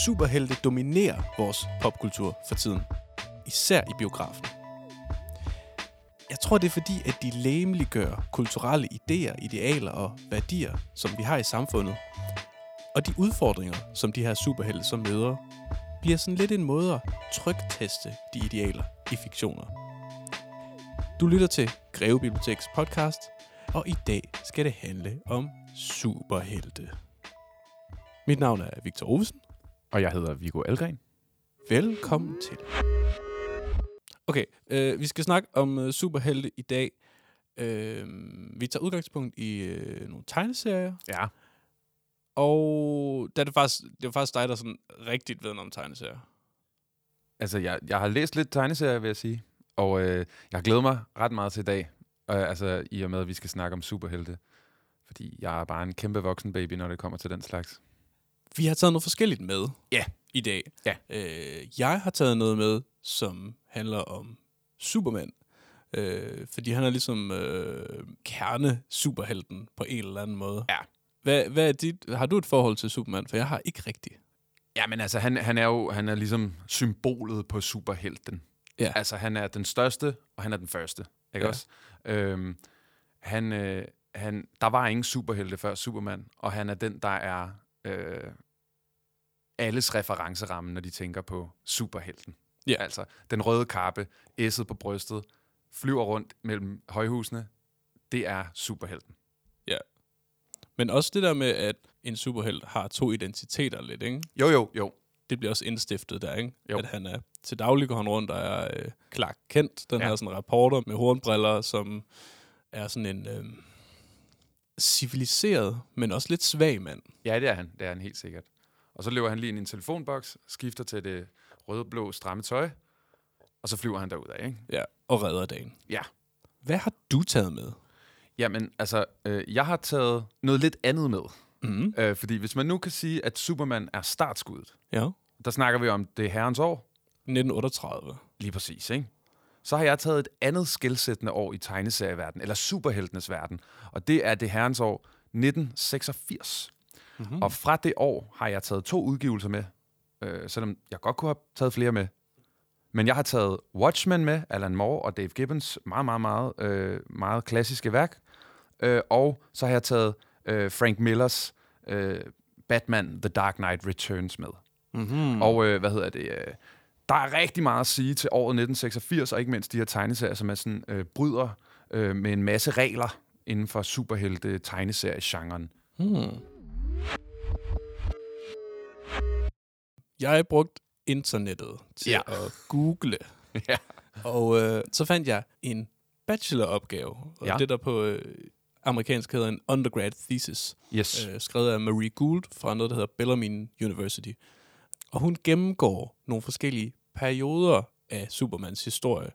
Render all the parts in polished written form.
superhelte dominerer vores popkultur for tiden. Især i biografen. Jeg tror, det er fordi, at de legemliggør kulturelle idéer, idealer og værdier, som vi har i samfundet. Og de udfordringer, som de her superhelte så møder, bliver sådan lidt en måde at trykteste de idealer i fiktioner. Du lytter til Greve Biblioteks podcast, og i dag skal det handle om superhelte. Mit navn er Victor Ovesen. Og jeg hedder Viggo Algren. Velkommen til. Okay, vi skal snakke om superhelte i dag. Vi tager udgangspunkt i nogle tegneserier. Ja. Og det var faktisk dig, der sådan rigtigt ved noget om tegneserier. Altså, jeg har læst lidt tegneserier, vil jeg sige. Og jeg har glædet mig ret meget til i dag. Altså, i og med, at vi skal snakke om superhelte. Fordi jeg er bare en kæmpe voksen baby, når det kommer til den slags. Vi har taget noget forskelligt med i dag. Ja. Jeg har taget noget med, som handler om Superman. Fordi han er ligesom kerne-superhelten på en eller anden måde. Ja. Hvad er dit? Har du et forhold til Superman? For jeg har ikke rigtigt. Ja, men altså, han er ligesom symbolet på superhelten. Ja. Altså, han er den største, og han er den første. Ikke også? Der var ingen superhelte før Superman, og han er den, der er alles referenceramme, når de tænker på superhelten. Ja. Altså, den røde kappe, S'et på brystet, flyver rundt mellem højhusene, det er superhelten. Ja. Men også det der med, at en superhelt har to identiteter lidt, ikke? Jo. Det bliver også indstiftet der, ikke? Jo. At han er til daglig går han rundt og er Clark Kent, den her sådan reporter med hornbriller, som er sådan en civiliseret, men også lidt svag mand. Ja, det er han helt sikkert. Og så løber han lige ind i en telefonboks, skifter til det røde-blå stramme tøj, og så flyver han derudad, ikke? Ja, og redder dagen. Ja. Hvad har du taget med? Jamen, altså, jeg har taget noget lidt andet med. Mm-hmm. Fordi hvis man nu kan sige, at Superman er startskuddet, Ja. der snakker vi om det herrens år. 1938. Lige præcis, ikke? Så har jeg taget et andet skelsættende år i tegneserieverdenen, eller superheltenes verden, og det er det herrens år 1986. Mm-hmm. Og fra det år har jeg taget 2 udgivelser med, selvom jeg godt kunne have taget flere med. Men jeg har taget Watchmen med, Alan Moore og Dave Gibbons meget klassiske værk. Og så har jeg taget Frank Millers Batman The Dark Knight Returns med. Mm-hmm. Og der er rigtig meget at sige til året 1986, og ikke mindst de her tegneserier, som er sådan, bryder med en masse regler inden for superhelte-tegneserie-genren. Jeg brugte internettet til at google. Ja. Og så fandt jeg en bacheloropgave, og det der på amerikansk hedder en undergrad thesis, skrevet af Marie Gould fra noget, der hedder Bellarmine University. Og hun gennemgår nogle forskellige perioder af Supermans historie,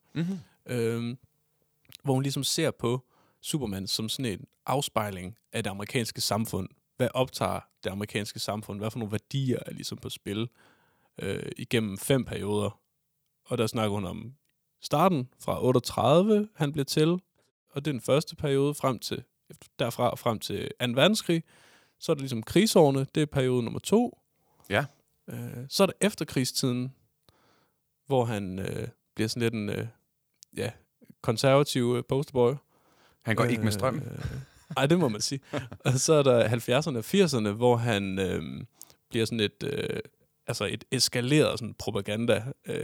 hvor hun ligesom ser på Superman som sådan en afspejling af det amerikanske samfund. Hvad optager det amerikanske samfund? Hvad for nogle værdier er ligesom på spil igennem 5 perioder? Og der snakker hun om starten fra 38, han blev til, og det er den første periode derfra frem til 2. verdenskrig. Så er der ligesom krigsårene, det er periode nummer 2. Ja. Så er der efterkrigstiden, hvor han bliver sådan lidt en konservativ posterboy. Han går ikke med strøm. Ej, det må man sige. Og så er der 70'erne og 80'erne, hvor han bliver sådan et eskaleret sådan propaganda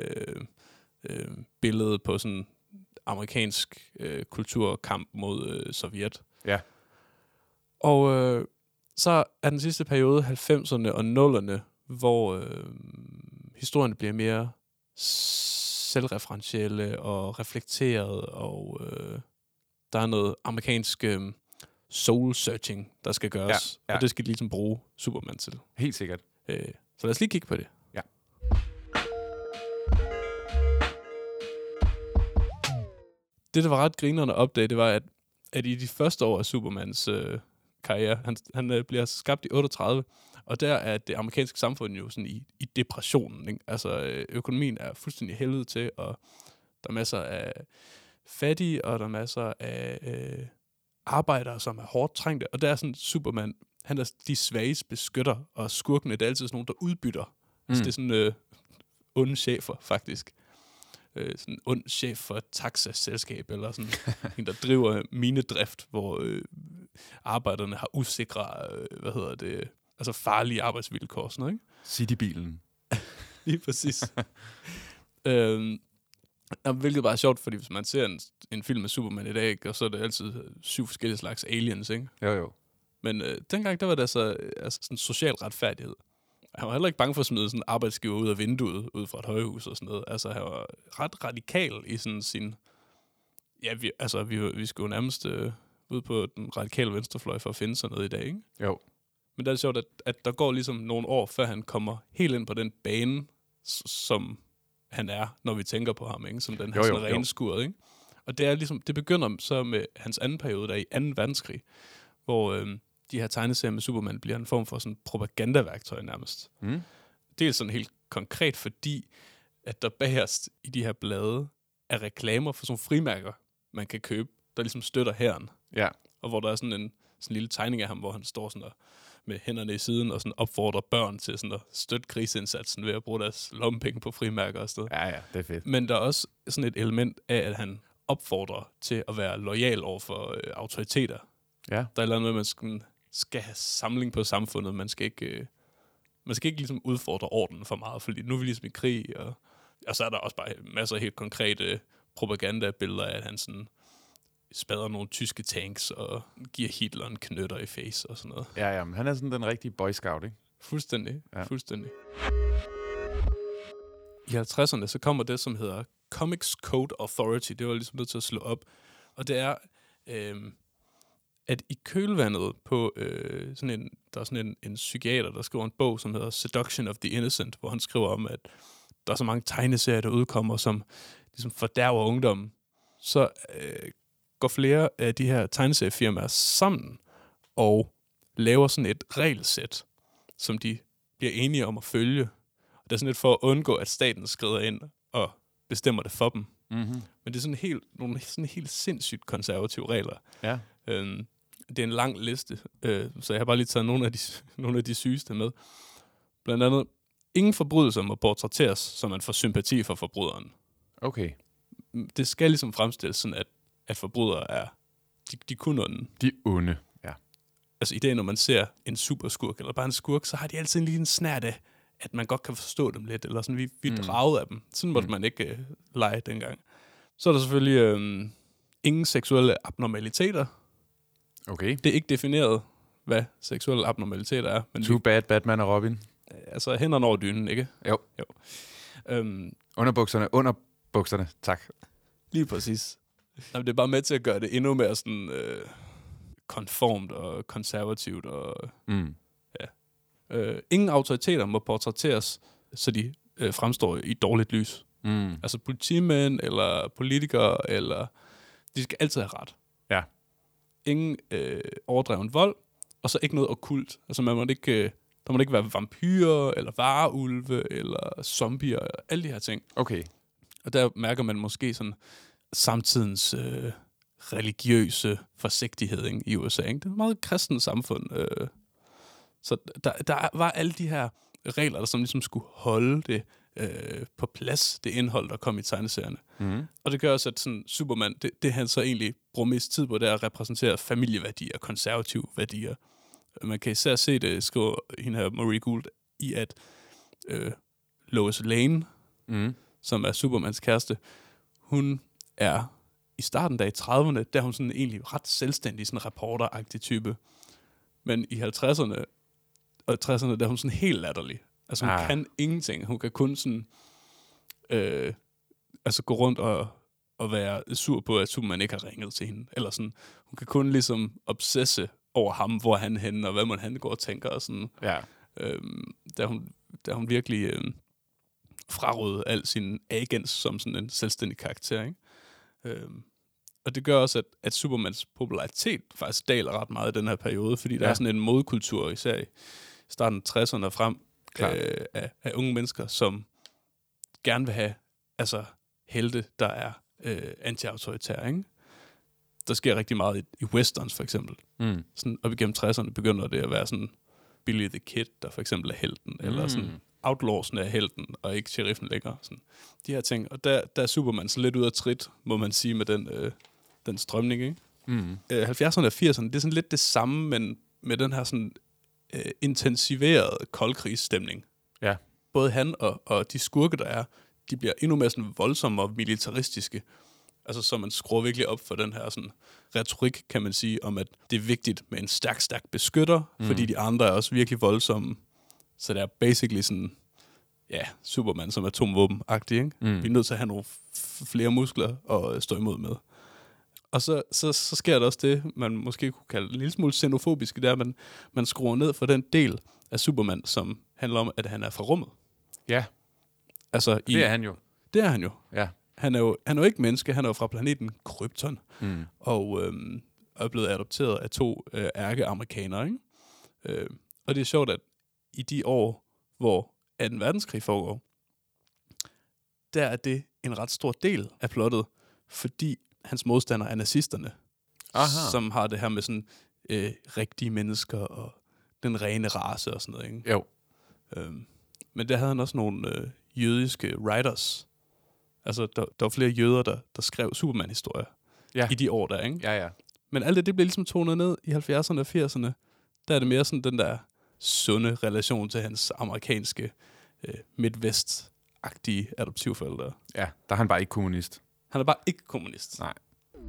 billede på sådan amerikansk kulturkamp mod Sovjet. Ja. Og så er den sidste periode 90'erne og 0'erne, hvor historien bliver mere selvreferentielle og reflekteret, og der er noget amerikansk soul-searching, der skal gøres, og det skal de ligesom bruge Superman til. Helt sikkert. Så lad os lige kigge på det. Ja. Det, der var ret grinerende at opdage, det var, at i de første år af Supermans karriere, han bliver skabt i 38, og der er det amerikanske samfund jo sådan i depressionen, ikke? Altså økonomien er fuldstændig helvede til, og der er masser af fattige, og der er masser af arbejdere, som er hårdt trængte, og der er sådan Superman, han er de svages beskytter, og skurkene, det er altid sådan nogen, der udbytter Altså, det er sådan onde chefer, faktisk. Sådan en ond chef for et taxaselskab, eller sådan en, der driver minedrift, hvor arbejderne har usikre, altså farlige arbejdsvilkår, sådan noget, ikke? Citybilen. Lige præcis. Hvilket bare er sjovt, fordi hvis man ser en film med Superman i dag, ikke, og så er det altid 7 forskellige slags aliens, ikke? Jo. Men dengang, der var det altså sådan social retfærdighed. Han var heller ikke bange for at smide sådan en arbejdsgiver ud af vinduet, ud fra et højhus og sådan noget. Altså, han var ret radikal i sådan sin... Ja, vi skulle jo nærmest ud på den radikale venstrefløj for at finde sådan noget i dag, ikke? Jo. Men det er sjovt, at der går ligesom nogle år, før han kommer helt ind på den bane, som han er, når vi tænker på ham, ikke? Som den her sådan renskuret, ikke? Og det er ligesom, det begynder så med hans anden periode, der i 2. verdenskrig, hvor de her tegneserier med Superman bliver en form for sådan propagandaværktøj nærmest. Det er sådan helt konkret, fordi at der bagerst i de her blade er reklamer for sådan frimærker, man kan købe, der ligesom støtter hæren. Ja. Og hvor der er sådan en lille tegning af ham, hvor han står sådan der med hænderne i siden og sådan opfordrer børn til sådan at støtte krigsindsatsen ved at bruge deres lommepenge på frimærker og sådan noget. Ja, det er fedt. Men der er også sådan et element af, at han opfordrer til at være loyal over for autoriteter. Ja. Der er et eller andet med, at man skal have samling på samfundet. Man skal ikke ligesom udfordre ordenen for meget, fordi nu er vi ligesom i krig, og så er der også bare masser af helt konkrete propagandabilleder af, at han sådan spader nogle tyske tanks og giver Hitler en knytter i face og sådan noget. Ja, men han er sådan den rigtige boy scout, ikke? Fuldstændig. I 50'erne, så kommer det, som hedder Comics Code Authority. Det var ligesom nødt til at slå op. Og det er, at i kølvandet på der er sådan en psykiater, der skriver en bog, som hedder Seduction of the Innocent, hvor han skriver om, at der er så mange tegneserier, der udkommer, som ligesom fordærver ungdommen. Så går flere af de her tegneseriefirmaer sammen og laver sådan et regelsæt, som de bliver enige om at følge. Og det er sådan lidt for at undgå, at staten skrider ind og bestemmer det for dem. Mm-hmm. Men det er sådan nogle helt sindssygt konservative regler. Ja. Det er en lang liste, så jeg har bare lige taget nogle af de sygeste med. Blandt andet, ingen forbrydelser må portrætteres, så man får sympati for forbryderen. Okay. Det skal ligesom fremstilles sådan, at forbrydere er de kun onde. De onde, ja. Altså i dag, når man ser en superskurk, eller bare en skurk, så har de altid en lille snert af, at man godt kan forstå dem lidt, eller sådan, vi er draget af dem. Sådan måtte man ikke lege dengang. Så er der selvfølgelig ingen seksuelle abnormaliteter. Okay. Det er ikke defineret, hvad seksuelle abnormaliteter er. Men Too bad, Batman og Robin. Altså hænderne over dynen, ikke? Jo. Under bukserne, tak. Lige præcis. Jamen, det er bare med til at gøre det endnu mere sådan konformt og konservativt. Og, ingen autoriteter må portrætteres, så de fremstår i dårligt lys. Altså politimænd eller politikere, eller de skal altid have ret. Ja. Ingen overdreven vold, og så ikke noget okkult. Altså der må ikke være vampyrer, eller vareulve, eller zombier, eller alle de her ting. Okay. Og der mærker man måske sådan samtidens religiøse forsigtighed, ikke, i USA. Ikke? Det er et meget kristent samfund. Så der var alle de her regler, der som ligesom skulle holde det på plads, det indhold, der kom i tegneserierne. Og det gør også, at sådan Superman, det han så egentlig bruger mest tid på, det er at repræsentere familieværdier, konservative værdier. Man kan især se det, skriver hende her Marie Gould, i at Lois Lane, som er Supermans kæreste, hun er i starten af 30'erne, der er hun sådan egentlig ret selvstændig, sådan reporteragtig type. Men i 50'erne og 60'erne, der er hun sådan helt latterlig. Altså hun kan ingenting. Hun kan kun sådan gå rundt og være sur på, at Superman ikke har ringet til hende. Eller sådan, hun kan kun ligesom obsesse over ham, hvor han henne, og hvad man han går og tænker. Og sådan. Ja. Der hun virkelig frarøvet al sin agens som sådan en selvstændig karakter, ikke? Og det gør også, at Supermans popularitet faktisk daler ret meget i den her periode, fordi der er sådan en modkultur, især i starten af 60'erne frem, af unge mennesker, som gerne vil have helte, der er anti-autoritære, ikke? Der sker rigtig meget i westerns, for eksempel. Sådan op igennem 60'erne begynder det at være sådan Billy the Kid, der for eksempel er helten, eller sådan outlawsene af helten, og ikke sheriffen længere. Sådan. De her ting. Og der er Superman så lidt ud af trit, må man sige, med den strømning, ikke? 70'erne og 80'erne, det er sådan lidt det samme, men med den her sådan intensiverede koldkrigsstemning. Ja. Både han og de skurke, der er, de bliver endnu mere sådan voldsomme og militaristiske. Altså, så man skruer virkelig op for den her sådan retorik, kan man sige, om at det er vigtigt med en stærk beskytter, fordi de andre er også virkelig voldsomme. Så det er basically sådan, ja, Superman som atomvåben-agtig, ikke? Vi er nødt til at have nogle flere muskler at stå imod med. Og så sker der også det, man måske kunne kalde en lille smule xenofobisk, det er, at man skruer ned for den del af Superman, som handler om, at han er fra rummet. Ja, altså, det er han jo. Det er han jo. Ja. Han er jo ikke menneske, han er jo fra planeten Krypton, og er blevet adopteret af 2 ærkeamerikanere, ikke? Og det er sjovt, at i de år, hvor 2. verdenskrig foregår, der er det en ret stor del af plottet, fordi hans modstandere er nazisterne, som har det her med sådan rigtige mennesker og den rene race og sådan noget, ikke? Jo. Men der havde han også nogle jødiske writers. Altså, der var flere jøder, der skrev Superman-historier i de år der, ikke? Ja. Men alt det blev ligesom tonet ned i 70'erne og 80'erne. Der er det mere sådan den der sunde relation til hans amerikanske midtvest-agtige adoptivforældre. Ja, der er han bare ikke kommunist. Han er bare ikke kommunist. Nej.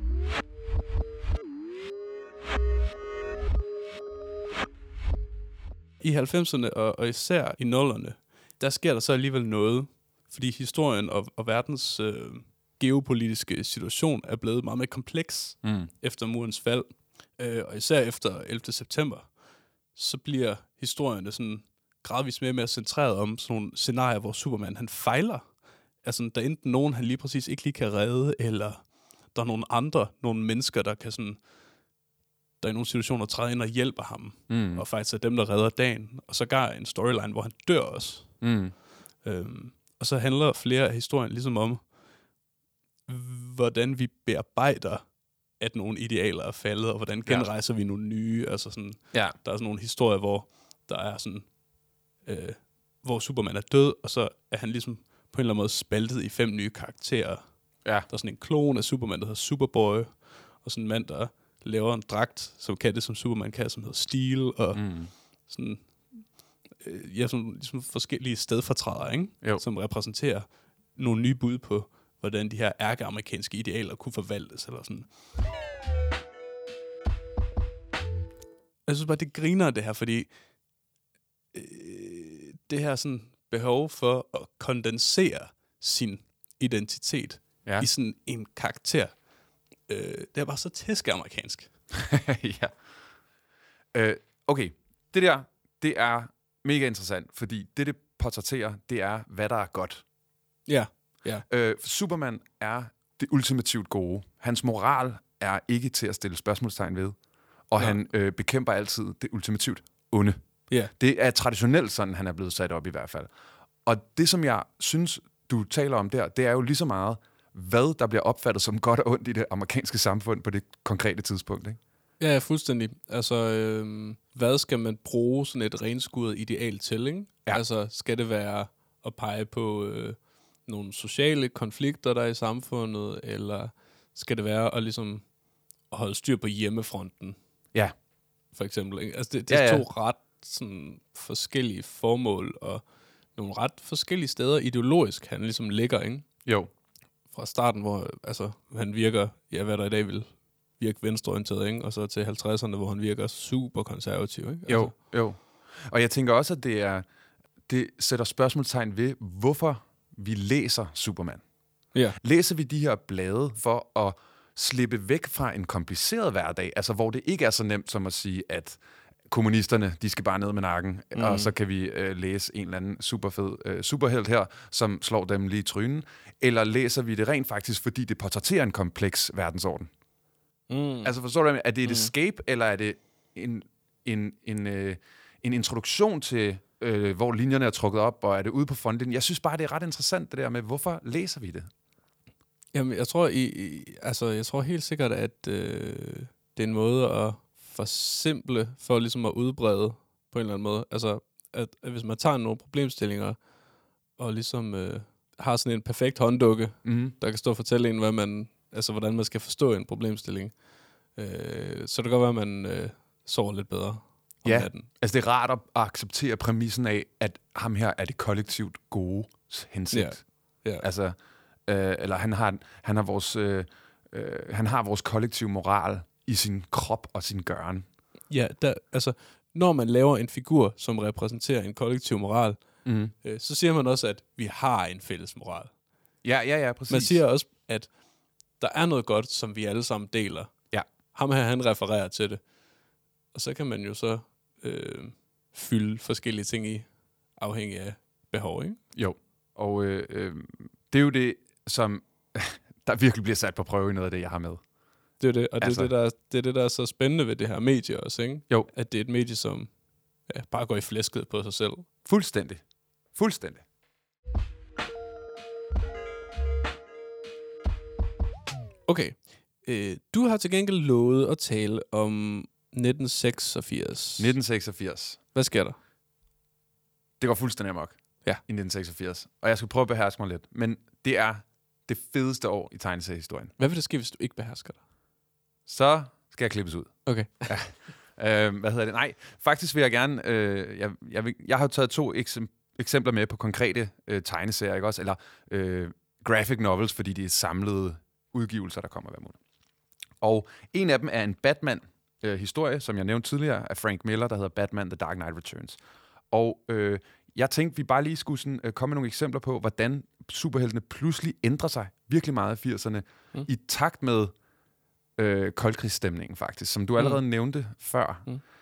I 90'erne og især i 00'erne, der sker der så alligevel noget, fordi historien og verdens geopolitiske situation er blevet meget mere kompleks efter murens fald. Og især efter 11. september, så bliver historierne sådan gradvist mere centreret om sådan nogle scenarier, hvor Superman han fejler. Altså, der er enten nogen, han lige præcis ikke lige kan redde, eller der er nogle mennesker, der kan sådan, der i nogle situationer træder ind og hjælper ham, og faktisk er dem, der redder dagen. Og så gør en storyline, hvor han dør også. Og så handler flere af historien ligesom om, hvordan vi bearbejder, at nogle idealer er faldet, og hvordan genrejser vi nogle nye. Altså sådan, der er sådan nogle historier, hvor der er sådan, hvor Superman er død, og så er han ligesom på en eller anden måde spaltet i 5 nye karakterer. Ja. Der er sådan en klon af Superman, der hedder Superboy, og sådan en mand, der laver en dragt, som kan det, som Superman kan, som hedder Steel, og sådan, sådan ligesom forskellige stedfortrædere, ikke? Som repræsenterer nogle nye bud på, hvordan de her ærkeamerikanske idealer kunne forvaltes, eller sådan. Jeg synes bare, det griner det her, fordi det her sådan behov for at kondensere sin identitet i sådan en karakter, det er bare så tæskeamerikansk. Okay, det der, det er mega interessant, fordi det portrætterer, det er, hvad der er godt. Ja. Superman er det ultimativt gode. Hans moral er ikke til at stille spørgsmålstegn ved, og han bekæmper altid det ultimativt onde. Yeah. Det er traditionelt sådan, han er blevet sat op i hvert fald. Og det, som jeg synes, du taler om der, det er jo lige så meget, hvad der bliver opfattet som godt og ondt i det amerikanske samfund på det konkrete tidspunkt, ikke? Ja, fuldstændig. Altså, hvad skal man bruge sådan et renskuddet ideal til, ikke? Ja. Altså, skal det være at pege på nogle sociale konflikter, der er i samfundet, eller skal det være at ligesom holde styr på hjemmefronten? Ja. For eksempel, ikke? Altså, det er 2 ret sådan forskellige formål, og nogle ret forskellige steder ideologisk, han ligesom ligger, ikke? Jo. Fra starten, hvor altså, han virker, hvad der i dag vil virke venstreorienteret, ikke? Og så til 50'erne, hvor han virker super konservativ, ikke? Altså. Jo. Og jeg tænker også, at det sætter spørgsmålstegn ved, hvorfor vi læser Superman. Ja. Læser vi de her blade for at slippe væk fra en kompliceret hverdag, altså hvor det ikke er så nemt som at sige, at kommunisterne, de skal bare ned med nakken, og så kan vi læse en eller anden superfed superhelt her, som slår dem lige i trynen, eller læser vi det rent faktisk, fordi det portrætterer en kompleks verdensorden? Altså forstår du, er det et escape, eller er det en introduktion til, hvor linjerne er trukket op, og er det ude på frontlinjen? Jeg synes bare, det er ret interessant, det der med, hvorfor læser vi det? Jamen, jeg tror helt sikkert, at det er en måde at forsimple, for ligesom at udbrede på en eller anden måde. Altså, at hvis man tager nogle problemstillinger, og ligesom har sådan en perfekt hånddukke, der kan stå og fortælle en, hvordan man skal forstå en problemstilling, så det kan godt være, at man sover lidt bedre om natten. Altså det er rart at acceptere præmissen af, at ham her er det kollektivt gode hensigt. Ja. Altså, eller han har vores kollektive moral i sin krop og sin gøren. Ja, når man laver en figur, som repræsenterer en kollektiv moral, så siger man også, at vi har en fælles moral. Ja, præcis. Man siger også, at der er noget godt, som vi alle sammen deler. Ja. Ham her, han refererer til det. Og så kan man jo så fylde forskellige ting i, afhængig af behov, ikke? Jo, og det er jo det, som der virkelig bliver sat på prøve i noget af det, jeg har med. Det er det, og det er det, der er så spændende ved det her medie også, ikke? Jo. At det er et medie, som bare går i flæsket på sig selv. Fuldstændig. Okay. Du har til gengæld lovet at tale om 1986. 1986. Hvad sker der? Det går fuldstændig amok i 1986. Og jeg skal prøve at beherske mig lidt. Men det er det fedeste år i tegneseriehistorien. Hvad vil der ske, hvis du ikke behersker dig? Så skal jeg klippes ud. Okay. Hvad hedder det? Nej, faktisk vil jeg gerne... jeg har jo taget 2 eksempler med på konkrete tegneserier, ikke også? Eller graphic novels, fordi de er samlede udgivelser, der kommer hver måned. Og en af dem er en Batman-historie, som jeg nævnte tidligere, af Frank Miller, der hedder Batman The Dark Knight Returns. Og jeg tænkte, vi bare lige skulle sådan, komme med nogle eksempler på, hvordan superheltene pludselig ændrer sig virkelig meget i 80'erne, i takt med koldkrigsstemningen faktisk, som du allerede nævnte før.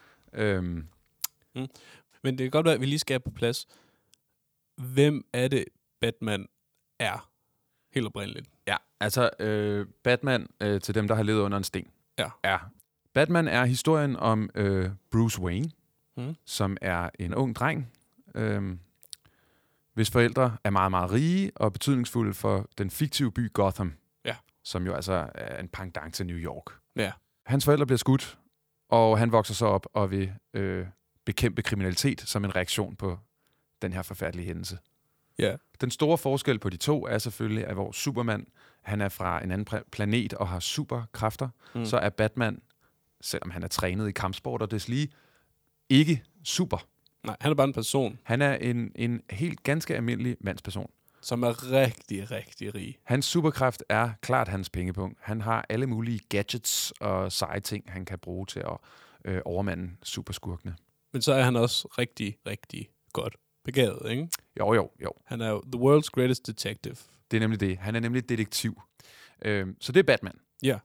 Men det kan godt være, at vi lige skal have på plads. Hvem er det, Batman er? Helt oprindeligt. Ja, altså Batman, til dem, der har levet under en sten. Ja. Batman er historien om Bruce Wayne, som er en ung dreng, hvis forældre er meget, meget rige og betydningsfulde for den fiktive by Gotham, som jo altså er en pendant til New York. Ja. Hans forældre bliver skudt, og han vokser så op og vil bekæmpe kriminalitet som en reaktion på den her forfærdelige hændelse. Ja. Den store forskel på de to er selvfølgelig, at hvor Superman, han er fra en anden planet og har superkræfter, så er Batman, selvom han er trænet i kampsport og deslige, ikke super. Nej, han er bare en person. Han er en helt ganske almindelig mandsperson. Som er rigtig, rigtig rig. Hans superkraft er klart hans pengepunkt. Han har alle mulige gadgets og seje ting, han kan bruge til at overmande superskurkene. Men så er han også rigtig, rigtig godt begavet, ikke? Jo. Han er jo the world's greatest detective. Det er nemlig det. Han er nemlig detektiv. Så det er Batman. Ja.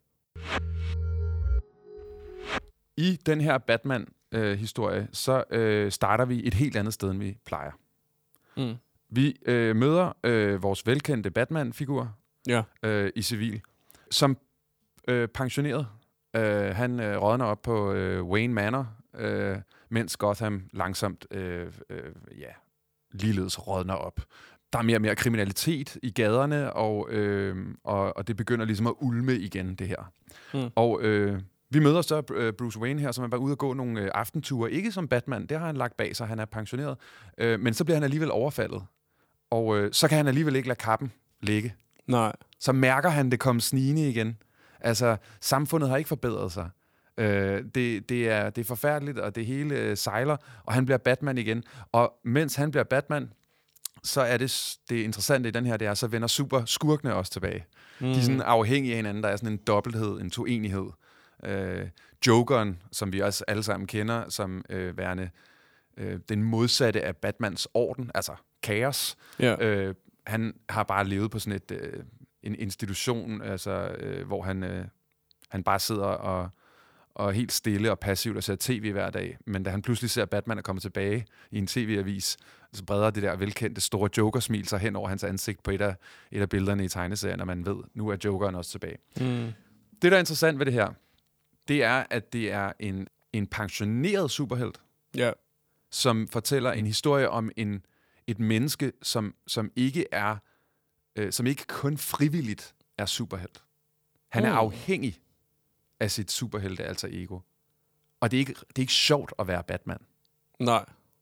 I den her Batman-historie, så starter vi et helt andet sted, end vi plejer. Vi møder vores velkendte Batman-figur i civil, som pensioneret. Han rådner op på Wayne Manor, mens Gotham langsomt ligeledes rådner op. Der er mere og mere kriminalitet i gaderne, og det begynder ligesom at ulme igen, det her. Og vi møder så Bruce Wayne her, som er bare ude at gå nogle aftenture. Ikke som Batman, det har han lagt bag sig, han er pensioneret. Men så bliver han alligevel overfaldet. Og så kan han alligevel ikke lade kappen ligge. Nej. Så mærker han det komme snigende igen. Altså, samfundet har ikke forbedret sig. Det er forfærdeligt, og det hele sejler, og han bliver Batman igen. Og mens han bliver Batman, så er det interessante i den her, det er, så vender super skurkene også tilbage. De er sådan afhængige af hinanden, der er sådan en dobbelthed, en toenighed. Jokeren, som vi også alle sammen kender, som værende den modsatte af Batmans orden, altså kaos. Ja. Han har bare levet på sådan en institution, altså, hvor han bare sidder og helt stille og passivt og ser tv hver dag. Men da han pludselig ser Batman er kommet tilbage i en tv-avis, så breder det der velkendte store Joker-smil sig hen over hans ansigt på et af billederne i tegneserien, og man ved, nu er Jokeren også tilbage. Det, der er interessant ved det her, det er, at det er en pensioneret superhelt, som fortæller en historie om et menneske, som ikke er, som ikke kun frivilligt er superhelt. Han er afhængig af sit superhelte, altså ego. Og det er ikke sjovt at være Batman. Nej.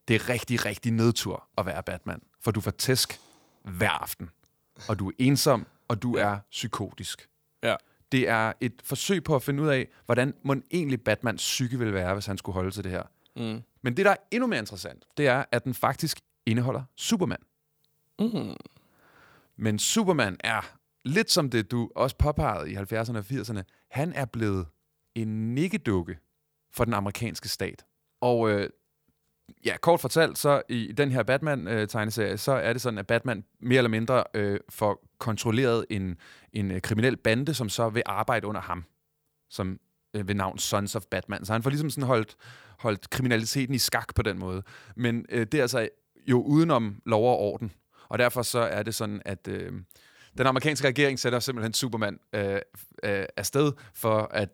det er rigtig, rigtig nedtur at være Batman. For du får tæsk hver aften. Og du er ensom, og du er psykotisk. Ja. Det er et forsøg på at finde ud af, hvordan må egentlig Batmans psyke vil være, hvis han skulle holde til det her. Mm. Men det, der er endnu mere interessant, det er, at den faktisk indeholder Superman. Mm. Men Superman er, lidt som det du også påpegede i 70'erne og 80'erne, han er blevet en nikkedukke for den amerikanske stat. Og kort fortalt, så i den her Batman-tegneserie, så er det sådan, at Batman mere eller mindre får kontrolleret en kriminel bande, som så vil arbejde under ham, som ved navn Sons of Batman. Så han får ligesom sådan holdt kriminaliteten i skak på den måde. Men det er altså jo udenom lov og orden. Og derfor så er det sådan, at den amerikanske regering sætter simpelthen Superman afsted for at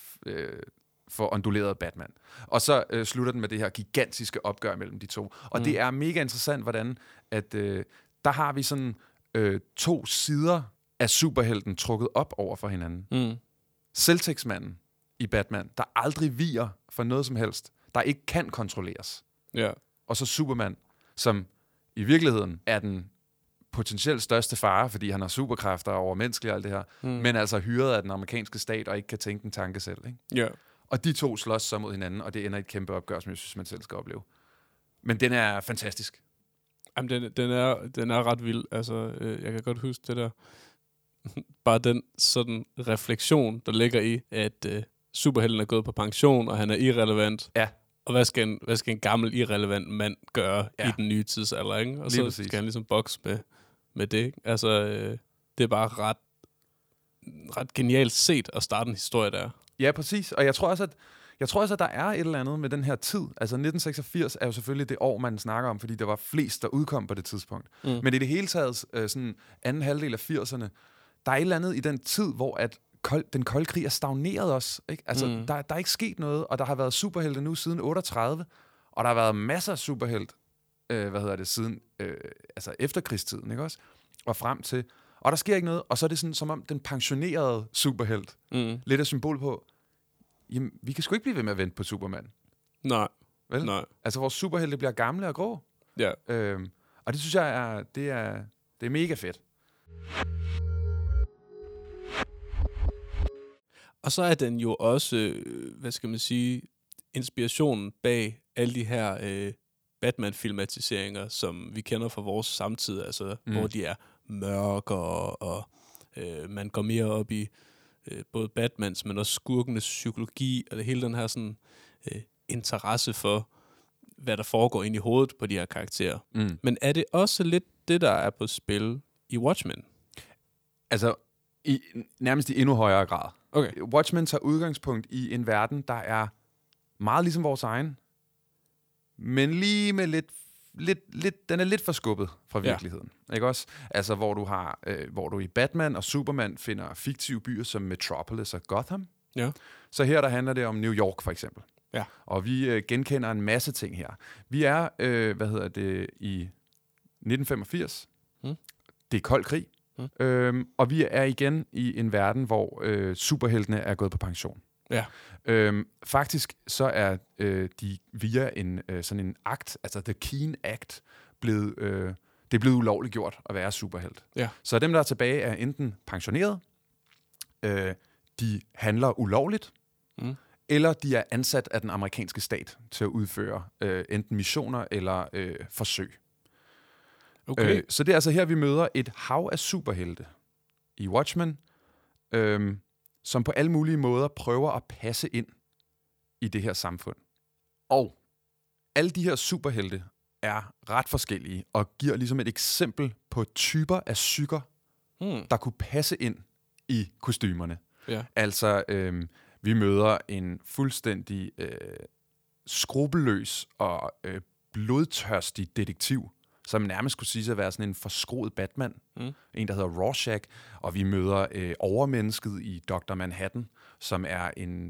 få onduleret Batman. Og så slutter den med det her gigantiske opgør mellem de to. Og det er mega interessant, hvordan at der har vi sådan 2 sider af superhelten trukket op over for hinanden. Mm. Selvtægtsmanden i Batman, der aldrig viger for noget som helst, der ikke kan kontrolleres. Ja. Og så Superman, som i virkeligheden er den potentielt største fare, fordi han har superkræfter og overmenneskelig og alt det her, men altså hyret af den amerikanske stat og ikke kan tænke en tanke selv. Ikke? Ja. Og de to slås så mod hinanden, og det ender i et kæmpe opgør, som jeg synes, man selv skal opleve. Men den er fantastisk. Jamen, den er ret vild. Altså, jeg kan godt huske det der. Bare den sådan refleksion, der ligger i, at superhelten er gået på pension, og han er irrelevant. Ja. Og hvad skal en gammel, irrelevant mand gøre i den nye tidsalder, ikke? Og så skal han ligesom bokse med det, ikke? Altså, det er bare ret genialt set at starte en historie der. Ja, præcis. Og jeg tror også, at der er et eller andet med den her tid. Altså 1986 er jo selvfølgelig det år, man snakker om, fordi der var flest, der udkom på det tidspunkt. Men i det hele taget, sådan anden halvdel af 80'erne, der er et eller andet i den tid, hvor at den kolde krig er stagneret også. Ikke? Altså, der er ikke sket noget, og der har været superhelte nu siden 38, og der har været masser af superhelt, siden altså efterkrigstiden, ikke også? Og frem til. Og der sker ikke noget, og så er det sådan, som om den pensionerede superhelt lidt af symbol på, jamen, vi kan sgu ikke blive ved med at vente på Superman. Nej. Vel? Nej. Altså, vores superhelte bliver gamle og grå. Ja. Og det synes jeg det er mega fedt. Og så er den jo også, hvad skal man sige, inspirationen bag alle de her Batman-filmatiseringer, som vi kender fra vores samtid, altså hvor de er mørkere, og man går mere op i både Batmans, men også skurkenes psykologi, og det hele den her sådan interesse for, hvad der foregår inde i hovedet på de her karakterer. Men er det også lidt det, der er på spil i Watchmen? Altså, nærmest i endnu højere grad. Okay. Watchmen tager udgangspunkt i en verden, der er meget ligesom vores egen, men lige med lidt, den er lidt forskubbet fra virkeligheden. Ja. Ikke også? Altså, hvor du i Batman og Superman finder fiktive byer som Metropolis og Gotham. Ja. Så her der handler det om New York, for eksempel. Ja. Og vi genkender en masse ting her. Vi er, i 1985. Det er kold krig. Og vi er igen i en verden, hvor superheltene er gået på pension. Ja. Faktisk så er de via sådan en akt, altså The Keene Act, det er blevet ulovligt gjort at være superhelt. Ja. Så dem, der er tilbage, er enten pensioneret, de handler ulovligt, eller de er ansat af den amerikanske stat til at udføre enten missioner eller forsøg. Okay. Så det er altså her, vi møder et hav af superhelte i Watchmen, som på alle mulige måder prøver at passe ind i det her samfund. Og alle de her superhelte er ret forskellige, og giver ligesom et eksempel på typer af psyker, der kunne passe ind i kostymerne. Ja. Altså, vi møder en fuldstændig skrupelløs og blodtørstig detektiv, som nærmest kunne sige at være sådan en forskroet Batman. En, der hedder Rorschach. Og vi møder overmennesket i Dr. Manhattan, som er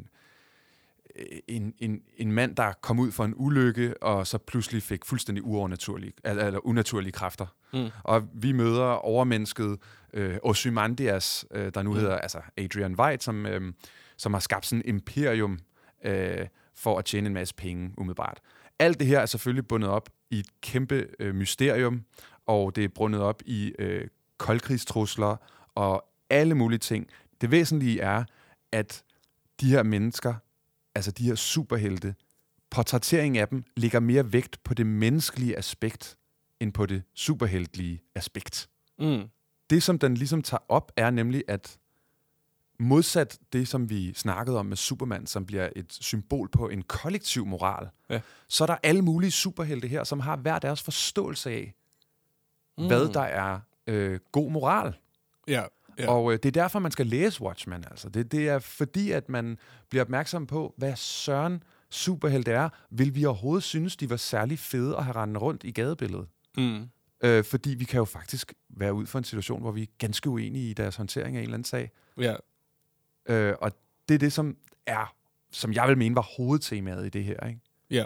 en mand, der kom ud for en ulykke, og så pludselig fik fuldstændig unaturlige kræfter. Og vi møder overmennesket Ozymandias, der nu hedder altså Adrian Veidt, som har skabt sådan en imperium for at tjene en masse penge umiddelbart. Alt det her er selvfølgelig bundet op i et kæmpe mysterium, og det er brundet op i koldkrigstrusler og alle mulige ting. Det væsentlige er, at de her mennesker, altså de her superhelte, portrætteringen af dem ligger mere vægt på det menneskelige aspekt, end på det superheltelige aspekt. Det, som den ligesom tager op, er nemlig, at modsat det, som vi snakkede om med Superman, som bliver et symbol på en kollektiv moral, så er der alle mulige superhelte her, som har hver deres forståelse af, hvad der er god moral. Ja. Og det er derfor, man skal læse Watchmen. Altså. Det er fordi, at man bliver opmærksom på, hvad søren superhelte er. Vil vi overhovedet synes, de var særlig fede at have rendt rundt i gadebilledet? Fordi vi kan jo faktisk være ud for en situation, hvor vi er ganske uenige i deres håndtering af en eller anden sag. Ja. Og det er det, som jeg vil mene var hovedtemaet i det her, ikke? Ja.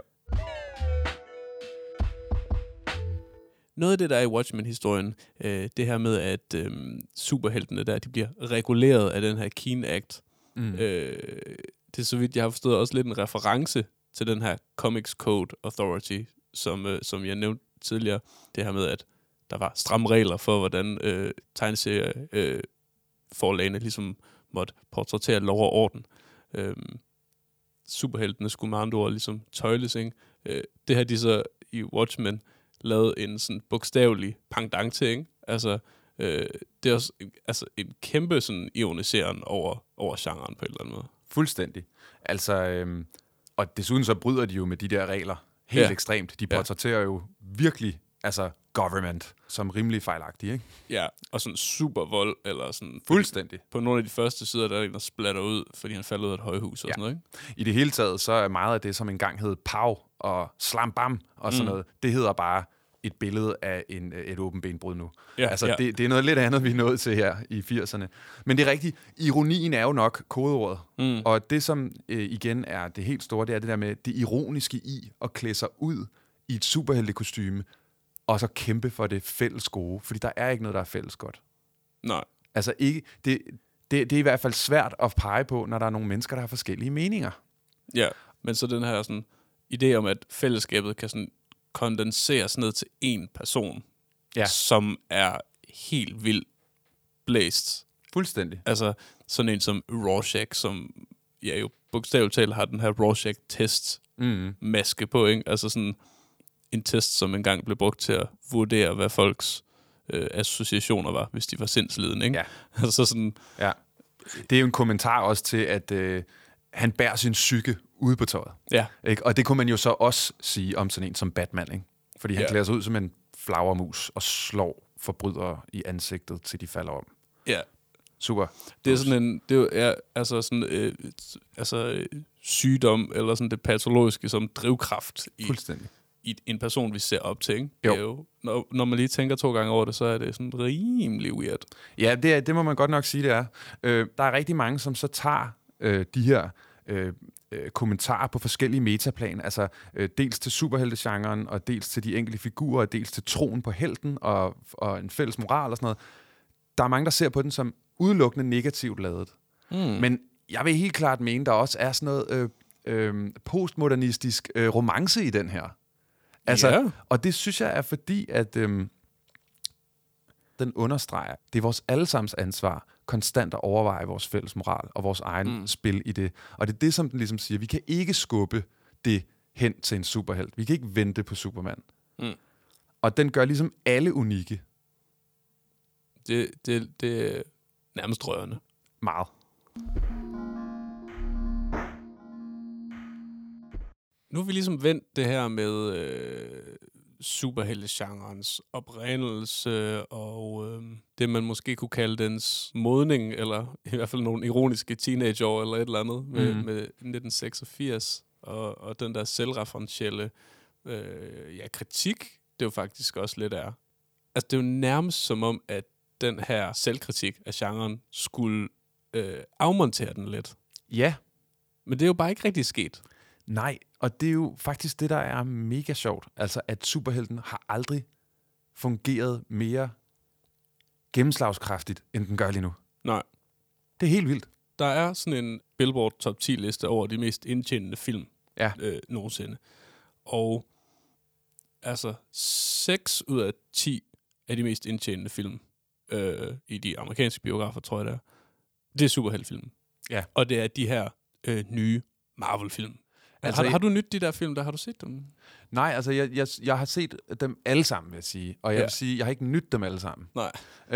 Noget af det, der er i Watchmen-historien, det her med, at superheltene der, de bliver reguleret af den her Keene Act. Det er, så vidt jeg har forstået, også lidt en reference til den her Comics Code Authority, som jeg nævnte tidligere. Det her med, at der var stramme regler for, hvordan tegneserieforlagene ligesom måtte portrættere lov og orden. Superheltene skulle med andre ord ligesom tøjles, ikke? Det har de så i Watchmen lavet en sådan bogstavelig pendant til, ikke? Altså, det er også en kæmpe sådan ironiseren over genren på en eller anden måde. Fuldstændig. Altså, og desuden så bryder de jo med de der regler helt ekstremt. De portrætterer jo virkelig, altså government, som rimelig fejlagtige, ikke? Ja, og sådan super vold, eller sådan... Fuldstændig. På nogle af de første sider, der er en, der splatter ud, fordi han falder ud af et højhus og sådan noget, ikke? I det hele taget, så er meget af det, som engang hed Pow og Slam Bam og sådan noget, det hedder bare et billede af et åbent benbrud nu. Det er noget lidt andet, vi er nået til her i 80'erne. Men det er rigtigt. Ironien er jo nok kodeordet. Og det, som igen er det helt store, det er det der med det ironiske i at klæde sig ud i et superheltekostyme, og så kæmpe for det fælles gode. Fordi der er ikke noget, der er fælles godt. Nej. Altså ikke... Det er i hvert fald svært at pege på, når der er nogle mennesker, der har forskellige meninger. Ja, men så den her sådan idé om, at fællesskabet kan sådan kondenseres ned til én person, som er helt vildt blæst. Fuldstændig. Altså sådan en som Rorschach, som jo bogstaveligt talt har den her Rorschach-test-maske på, ikke? Altså sådan en test, som engang blev brugt til at vurdere, hvad folks associationer var, hvis de var sindslidende, ikke? Ja. Altså sådan... Ja. Det er jo en kommentar også til, at han bærer sin psyke ude på tøjet. Ja. Ikke? Og det kunne man jo så også sige om sådan en som Batman, ikke? Fordi han klæder sig ud som en flagermus og slår forbrydere i ansigtet, til de falder om. Ja. Super. Det er sådan en... Det er altså sådan... sygdom, eller sådan det patologiske som drivkraft i en person, vi ser op til, ikke? Jo. Det er jo, når man lige tænker 2 gange over det, så er det sådan rimelig weird. Ja, det må man godt nok sige, det er. Der er rigtig mange, som så tager de her kommentarer på forskellige metaplan, altså dels til superheltegenren, og dels til de enkelte figurer, og dels til troen på helten, og en fælles moral og sådan noget. Der er mange, der ser på den som udelukkende negativt ladet. Men jeg vil helt klart mene, der også er sådan noget postmodernistisk romance i den her. Altså, og det synes jeg er fordi, at den understreger, det er vores allesammens ansvar konstant at overveje vores fælles moral og vores egen spil i det. Og det er det, som den ligesom siger. Vi kan ikke skubbe det hen til en superhelt. Vi kan ikke vente på Superman. Og den gør ligesom alle unikke. Det er nærmest rørende. Meget. Nu har vi ligesom vendt det her med superheltegenrens oprindelse og det, man måske kunne kalde dens modning, eller i hvert fald nogle ironiske teenageår eller et eller andet med 1986 og den der selvreferentielle kritik, det jo faktisk også lidt er. Altså det er jo nærmest som om, at den her selvkritik af genren skulle afmontere den lidt. Ja. Men det er jo bare ikke rigtig sket. Nej, og det er jo faktisk det, der er mega sjovt. Altså, at superhelten har aldrig fungeret mere gennemslagskraftigt, end den gør lige nu. Nej. Det er helt vildt. Der er sådan en Billboard top 10-liste over de mest indtjenende film nogensinde. Og altså 6 ud af 10 af de mest indtjenende film i de amerikanske biografer, tror jeg det er. Det er superheltfilm. Ja. Og det er de her nye Marvel-film. Altså, har du nydt de der film, der har du set dem? Nej, altså jeg har set dem alle sammen, vil jeg sige. Og jeg vil sige, jeg har ikke nydt dem alle sammen. Nej.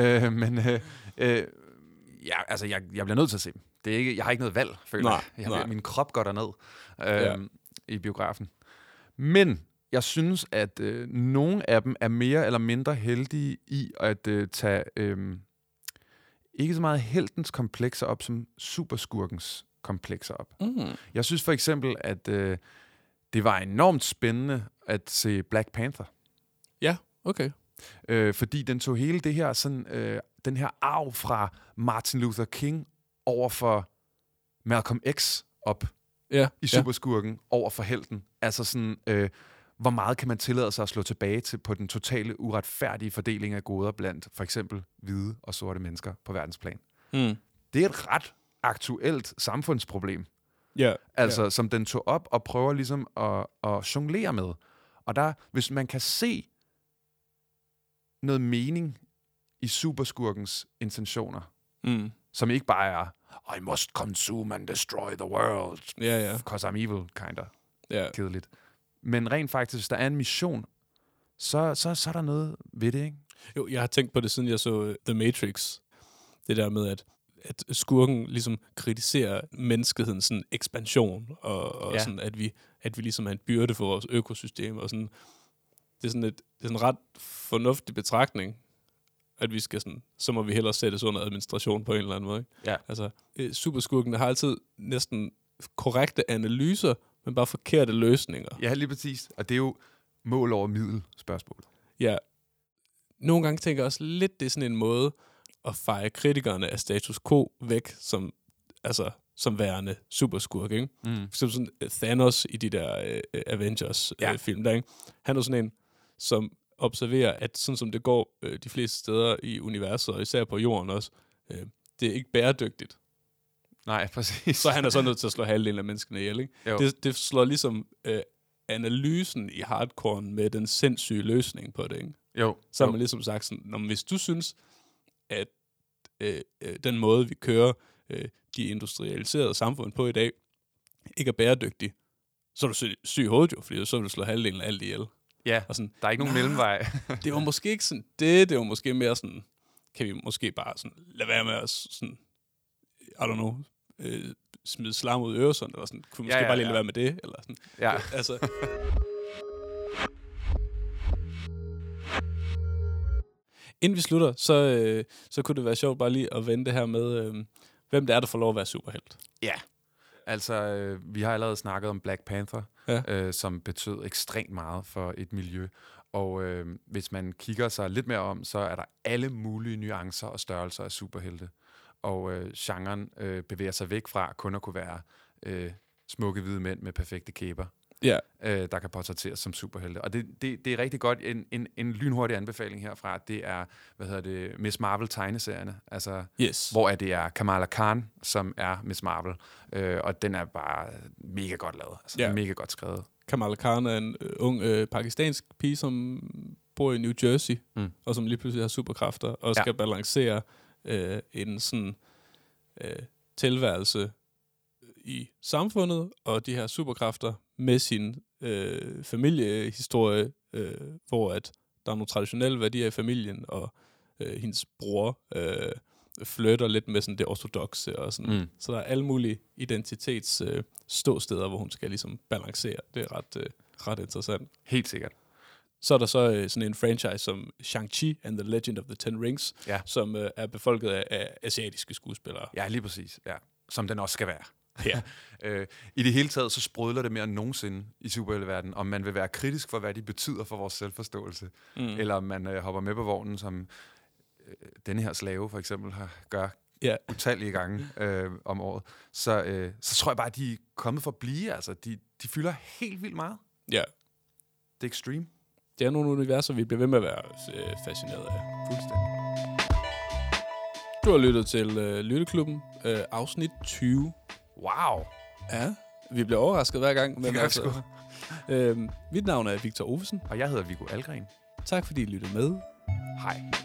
Altså jeg bliver nødt til at se dem. Det er ikke, jeg har ikke noget valg, føler jeg. Min krop går derned i biografen. Men jeg synes, at nogle af dem er mere eller mindre heldige i at tage ikke så meget heltens komplekser op, som superskurkens komplekser op. Jeg synes for eksempel, at det var enormt spændende at se Black Panther. Ja, okay. Fordi den tog hele det her sådan, den her arv fra Martin Luther King over for Malcolm X op i superskurken over for helten. Altså sådan, hvor meget kan man tillade sig at slå tilbage til på den totale uretfærdige fordeling af goder blandt for eksempel hvide og sorte mennesker på verdensplan. Det er et ret aktuelt samfundsproblem. Som den tog op og prøver ligesom at jonglere med. Og der, hvis man kan se noget mening i superskurkens intentioner, som ikke bare er I must consume and destroy the world, because I'm evil, kinda. Kedeligt. Men rent faktisk, hvis der er en mission, så er der noget ved det, ikke? Jo, jeg har tænkt på det, siden jeg så The Matrix. Det der med, at skurken ligesom kritiserer menneskehedens sådan ekspansion, og sådan, at vi ligesom er en byrde for vores økosystem, og sådan. Det er sådan en ret fornuftig betragtning, at vi skal sådan, så må vi hellere sættes under administration på en eller anden måde, ikke? Ja. Altså, superskurkene har altid næsten korrekte analyser, men bare forkerte løsninger. Ja, lige præcis. Og det er jo mål over middel spørgsmål. Ja. Nogle gange tænker jeg også lidt, det er sådan en måde at feje kritikerne af status quo væk, som værende superskurk, ikke? For sådan Thanos i de der Avengers-film der, ikke? Han er sådan en, som observerer, at sådan som det går de fleste steder i universet, og især på jorden også, det er ikke bæredygtigt. Nej, præcis. Så han er så nødt til at slå halvdelen af menneskene ihjel, ikke? Det slår ligesom analysen i hardcore med den sindssyge løsning på det, ikke? Så har man ligesom sagt sådan, hvis du synes, at den måde, vi kører de industrialiserede samfund på i dag, ikke er bæredygtig, så er du syg i hovedet jo, fordi så vil du slå halvdelen af alt ihjel. Ja, og sådan, der er ikke nogen mellemvej. Det var måske ikke sådan det var måske mere sådan, kan vi måske bare sådan, lade være med at sådan, I don't know, smide slam ud i Øresund, eller sådan, kunne vi måske bare lige lade være med det, eller sådan. Ja. Altså. Inden vi slutter, så kunne det være sjovt bare lige at vende det her med, hvem det er, der får lov at være superhelt. Ja, altså vi har allerede snakket om Black Panther, som betød ekstremt meget for et miljø. Og hvis man kigger sig lidt mere om, så er der alle mulige nuancer og størrelser af superhelte. Og genren bevæger sig væk fra kun at kunne være smukke hvide mænd med perfekte kæber, der kan portrætteres som superhelte. Og det er rigtig godt. En lynhurtig anbefaling herfra, det er, Miss Marvel tegneserierne. Altså, hvor det er Kamala Khan, som er Miss Marvel. Og den er bare mega godt lavet. Altså, mega godt skrevet. Kamala Khan er en ung pakistansk pige, som bor i New Jersey, og som lige pludselig har superkræfter, og skal balancere en sådan tilværelse i samfundet, og de her superkræfter med sin familiehistorie, hvor at der er nogle traditionelle værdier i familien, og hendes bror flytter lidt med sådan det ortodokse og sådan. Så der er alle mulige identitets ståsteder, hvor hun skal ligesom balancere. Det er ret interessant. Helt sikkert. Så er der så sådan en franchise som Shang-Chi and the Legend of the Ten Rings, som er befolket af asiatiske skuespillere. Ja, lige præcis. Ja. Som den også skal være. Ja. I det hele taget, så sprudler det mere end nogensinde i superhelteverdenen, om man vil være kritisk for, hvad de betyder for vores selvforståelse, eller om man hopper med på vognen, som denne her slave for eksempel gør utallige gange om året. Så tror jeg bare, at de er kommet for at blive. Altså, de fylder helt vildt meget. Ja. Det er extreme. Det er nogle universer, vi bliver ved med at være fascineret af. Fuldstændig. Du har lyttet til Lytteklubben, afsnit 20. Wow. Ja, Vi bliver overrasket hver gang. Men Det gør sgu. mit navn er Victor Ovesen. Og jeg hedder Viggo Algren. Tak fordi I lyttede med. Hej.